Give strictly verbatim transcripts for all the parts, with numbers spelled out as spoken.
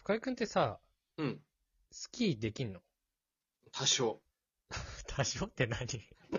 深井くんってさ、 うん。 スキーできんの？ 多少。 多少って何？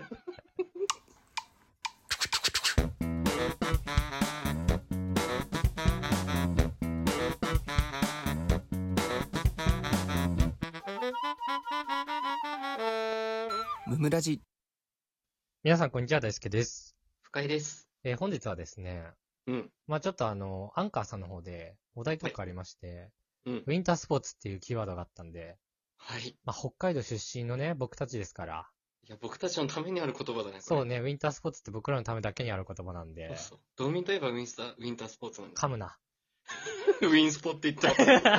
ムムラジ。 皆さんこんにちは、大輔です。 深井です。 えー本日はですね、 うん。 まあちょっとあの、アンカーさんの方でお題とかありまして、 うん。 ウィンタースポーツっていうキーワードがあったんで、 はい。 まあ北海道出身のね、僕たちですから、 いや、僕たちのためにある言葉だね、これ。 そうね、ウィンタースポーツって僕らのためだけにある言葉なんそうで、 そう。道民といえばウィンスター、ウィンタースポーツなんです。 噛むな。 ウィンスポって言った。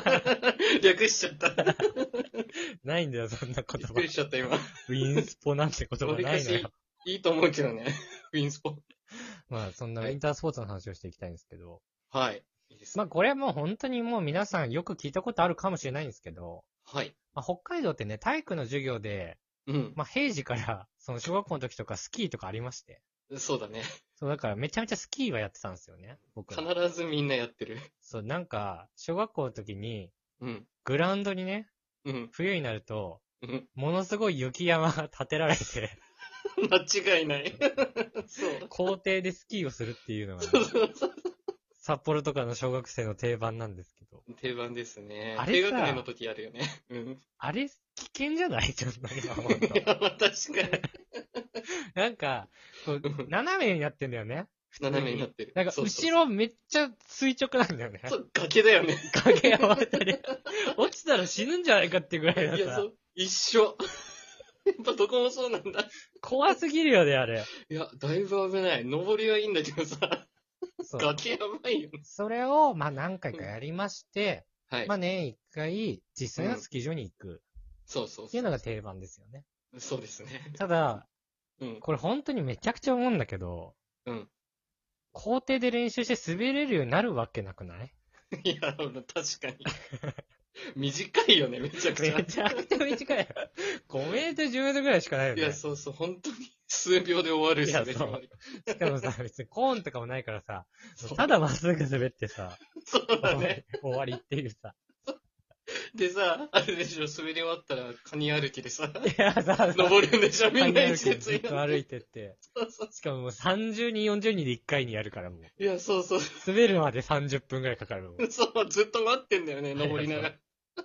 略しちゃった。 ないんだよ、そんな言葉びっくり。しちゃった、今。 ウィンスポなんて言葉ないのよ。 いいと思うけどね。ウィンスポ。 まあそんなウィンタースポーツの話をしていきたいんですけど、 はい。いいですね。 まあこれはもう本当にもう皆さんよく聞いたことあるかもしれないんですけど、 はい。 まあ、北海道ってね、体育の授業で、 うん。 まあ平時からその小学校の時とかスキーとかありまして、 そうだね。 そうだからめちゃめちゃスキーはやってたんですよね、僕ら。 必ずみんなやってる。 そう、なんか、小学校の時に、 うん。 グラウンドにね、 うん。 冬になると、 うん。 ものすごい雪山が建てられて、 間違いない。そう。 校庭でスキーをするっていうのが、ね、 そうそうそう。 札幌とかの小学生の定番なんですけど。 定番ですね。 あれさ低学年の時あるよね。うん。 あれ、危険じゃないちょっと今思ういや、まあ確かに。 なんか、こう、斜めになってんだよね。 斜めになってる。 なんか、 そうそう後ろめっちゃ垂直なんだよね。 そう、崖だよね。 影山渡り。落ちたら死ぬんじゃないかっていうぐらいのいや、そさ、 う、一緒。やっぱどこもそうなんだ。 怖すぎるよね、あれ。 いや、だいぶ危ない。登りはいいんだけどさ、 そう。 崖やばいよね。 それを、まあ何回かやりまして、 はい。 まあ年一回、実際のスキー場に行く。 そうそうっていうのそが定番ですよね。 う。そうですね。 ただ、 うん。 これ本当にめちゃくちゃ思うんだけど、 うん。 校庭で練習して滑れるようになるわけなくない？ いや、確かに。短いよね、めちゃくちゃ。 めちゃくちゃ短いよ。ごメートル、じゅうメートルぐらいしかないよね。 いや、そうそう、本当に数秒で終わるし、 いやそうね終わりしかもさ、別にコーンとかもないからさ、 そうただまっすぐ滑ってさ、 そうだね。 終わりっていうさ。 でさ、あれでしょ、滑り終わったら、カニ歩きでさ、 いや、さ、 登るんでしょ、みんな歩一列にきずっと。歩いてって。 そうそうしかももうさんじゅうにん、よんじゅうにんでいっかいにやるからもう。 いや、そうそう。 滑るまでさんじゅっぷんくらいかかるもん。 そう、ずっと待ってんだよね、登りながら。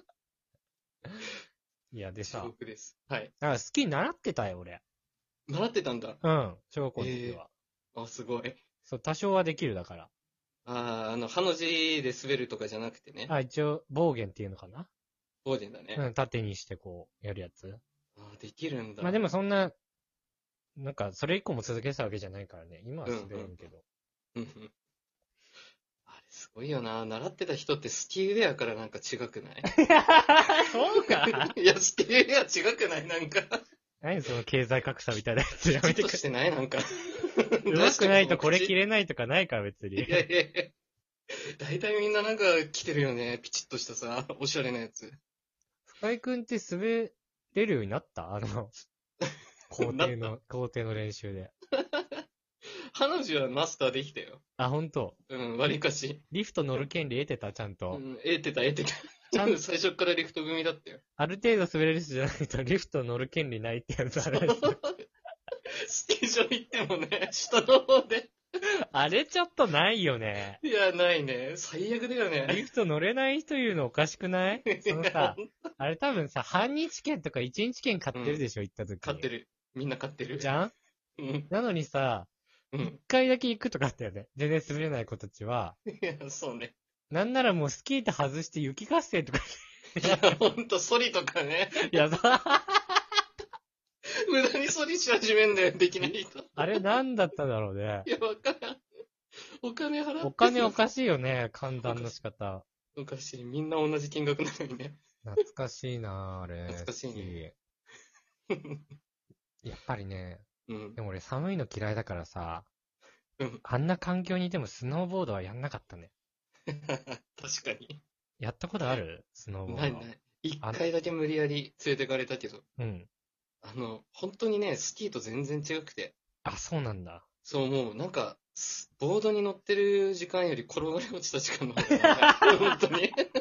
いや、で地さ、 獄です。はい。 だからスキー習ってたよ、俺。 習ってたんだ。 うん、小学校の時は。 あ、すごい。 そう、多少はできるだから。 ああ、あの、ハの字で滑るとかじゃなくてね。 あ、一応、暴言っていうのかな？ ボーデンだね。 うん、縦にしてこう、やるやつ。 ああ、できるんだ。 まあでもそんな、なんか、それ以降も続けてたわけじゃないからね。今は滑るけど。 うんうん。あれ、すごいよな。習ってた人ってスキーウェアからなんか違くないそうかいや、スキーウェア違くないなんか。 何その経済格差みたいなやつやめてくれ。 ちょっとしてないなんか。 うまくないとこれ着れないとかないから別に。 いやいやいや。大体みんななんか着てるよね。ピチッとしたさ、おしゃれなやつ。 深井くんって滑れるようになったあの、校庭の、校庭の練習で。 彼女はマスターできたよ。 あ、ほんと。 うん、割かし。 リフト乗る権利得てたちゃんうと。 ん、得てた、得てた。 ちゃん最初からリフト組だったよ。 ある程度滑れる人じゃないとリフト乗る権利ないってやつあるやつ。 スキー場行ってもね、下の方で。 あれちょっとないよね。 いや、ないね。最悪だよリね。 フト乗れない人言うのおかしくないそのさいや、 あれ多分さ、半日券とか一日券買ってるでしょ、行った時に。 買ってる。みんな買ってる。 じゃんうん。 なのにさ、一うん。 回だけ行くとかあったよね。全然滑れない子たちは。 いや、そうね。 なんならもうスキー板外して雪合戦とか。 いや、ほんと、ソリとかね。 いや、さ、 無駄にソリし始めんだよ、できない人。 あれなんだったんだろうねい。や、わからん。お金払って。 お金おかしいよね、寒暖の仕方。 おかしい。みんな同じ金額なのにね。 懐かしいなあれ。 懐かしいねスキー。やっぱりね、 うんで。も俺寒いの嫌いだからさ、 うん。 あんな環境にいてもスノーボードはやんなかったね。 確かに。 やったことあるスノーボード。 ないない。一回だけ無理やり連れてかれたけど、 うん。 あの、本当にね、スキーと全然違くて。 あ、そうなんだ。 そう、もう、なんか、すボードに乗ってる時間より転がり落ちた時間の方が長い。本当に。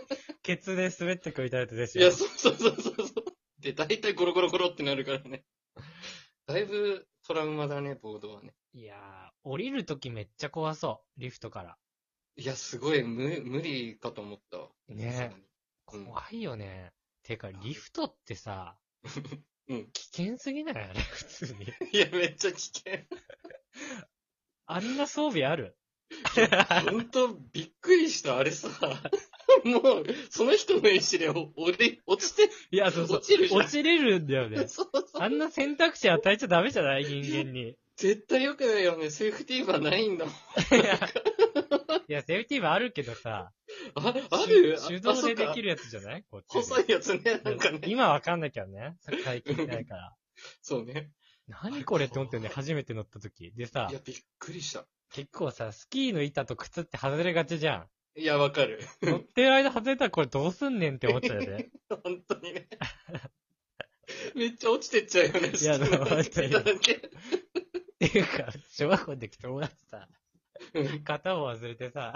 ケツで滑ってくみたいなやつでしょ。 いや、そうそうそうそうそう。で、大体ゴロゴロゴロってなるからね。だいぶトラウマだね、ボードはね。 いやー、降りるときめっちゃ怖そう。リフトから。 いや、すごい無、無理かと思ったわ。 ねえ。 うん、 怖いよね。てか、リフトってさ、 うん。 危険すぎないあれ、普通に。 いや、めっちゃ危険。 あんな装備ある？ ほんと、びっくりした。あれさ、もう、その人の意思でお、おり、落ちて、 いや、そうそう。 落ちるじゃん。 落ちれるんだよね。 そうそう。 あんな選択肢与えちゃダメじゃない人間に。 絶対良くないよね。セーフティーバーないんだもん。 いや、いやセーフティーバーあるけどさ。 あ、ある手動でできるやつじゃない？こっち細いやつね、なんかね。 今わかんなきゃね。最近ないから。 そうね。 何これって思ってね、初めて乗った時。でさい、や、びっくりした。 結構さ、スキーの板と靴って外れがちじゃん。いや、わかる。 乗ってる間外れたらこれどうすんねんって思っちゃうよね。 本当にね。めっちゃ落ちてっちゃうよね。 いや、でも本当に。 だけっていうか、小学校の時友達さ、片方忘れてさ、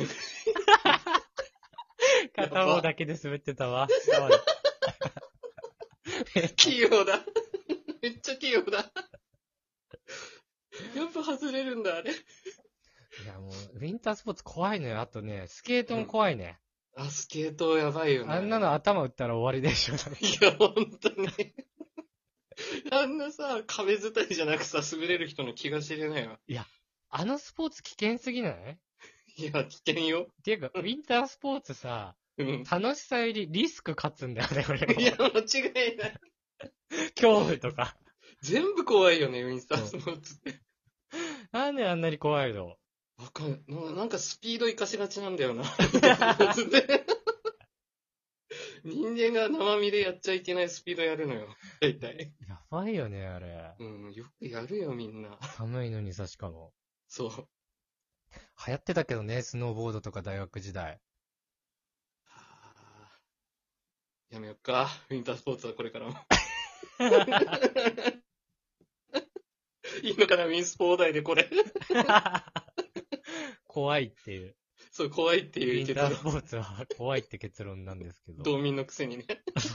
片方だけで滑ってたわ。 器用だ。めっちゃ器用だ。やっぱ外れるんだ、あれ。いや、もう、ウィンタースポーツ怖いのよ。あとね、スケートも怖いね。 うん、あ、スケートやばいよね。 あんなの頭打ったら終わりでしょ。 いや、ほんとに。あんなさ、壁伝いじゃなくさ、滑れる人の気が知れないわ。 いや、あのスポーツ危険すぎない？ いや、危険よ。 っていうか、ウィンタースポーツさ、 うん、 楽しさよりリスク勝つんだよね、俺。 いや、間違いない。 恐怖とか。 全部怖いよね、ウィンタースポーツって。 なんであんなに怖いの？ わかんない。なんかスピード活かしがちなんだよな。人間が生身でやっちゃいけないスピードやるのよ。大体。 やばいよね、あれ。 うん、よくやるよ、みんな。 寒いのにさ、しかも。 そう。 流行ってたけどね、スノーボードとか大学時代。 はぁやめよっか。ウィンタースポーツはこれからも。いいのかな、ウィンスポー題でこれ。 怖いっていう。 そう、怖いってウいう結論。 ィンタースポーツは怖いって結論なんですけど。 道民のくせにね。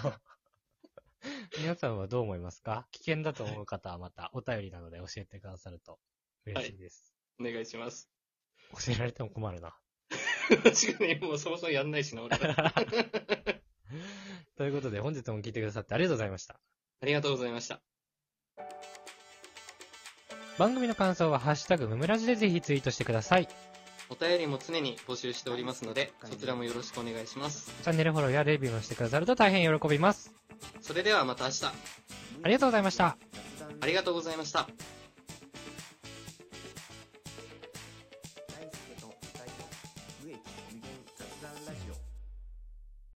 皆さんはどう思いますか？危険だと思う方はまたお便りなので教えてくださると嬉しいです。 はい、お願いします。 教えられても困るな。 確かに、もうそもそもやんないしな、俺ら。 ということで、本日も聞いてくださってありがとうございました。 ありがとうございました。 番組の感想はハッシュタグムムラジでぜひツイートしてください。 お便りも常に募集しておりますので、そちらもよろしくお願いします。 チャンネルフォローやレビューもしてくださると大変喜びます。 それではまた明日。 ありがとうございました。 ありがとうございました。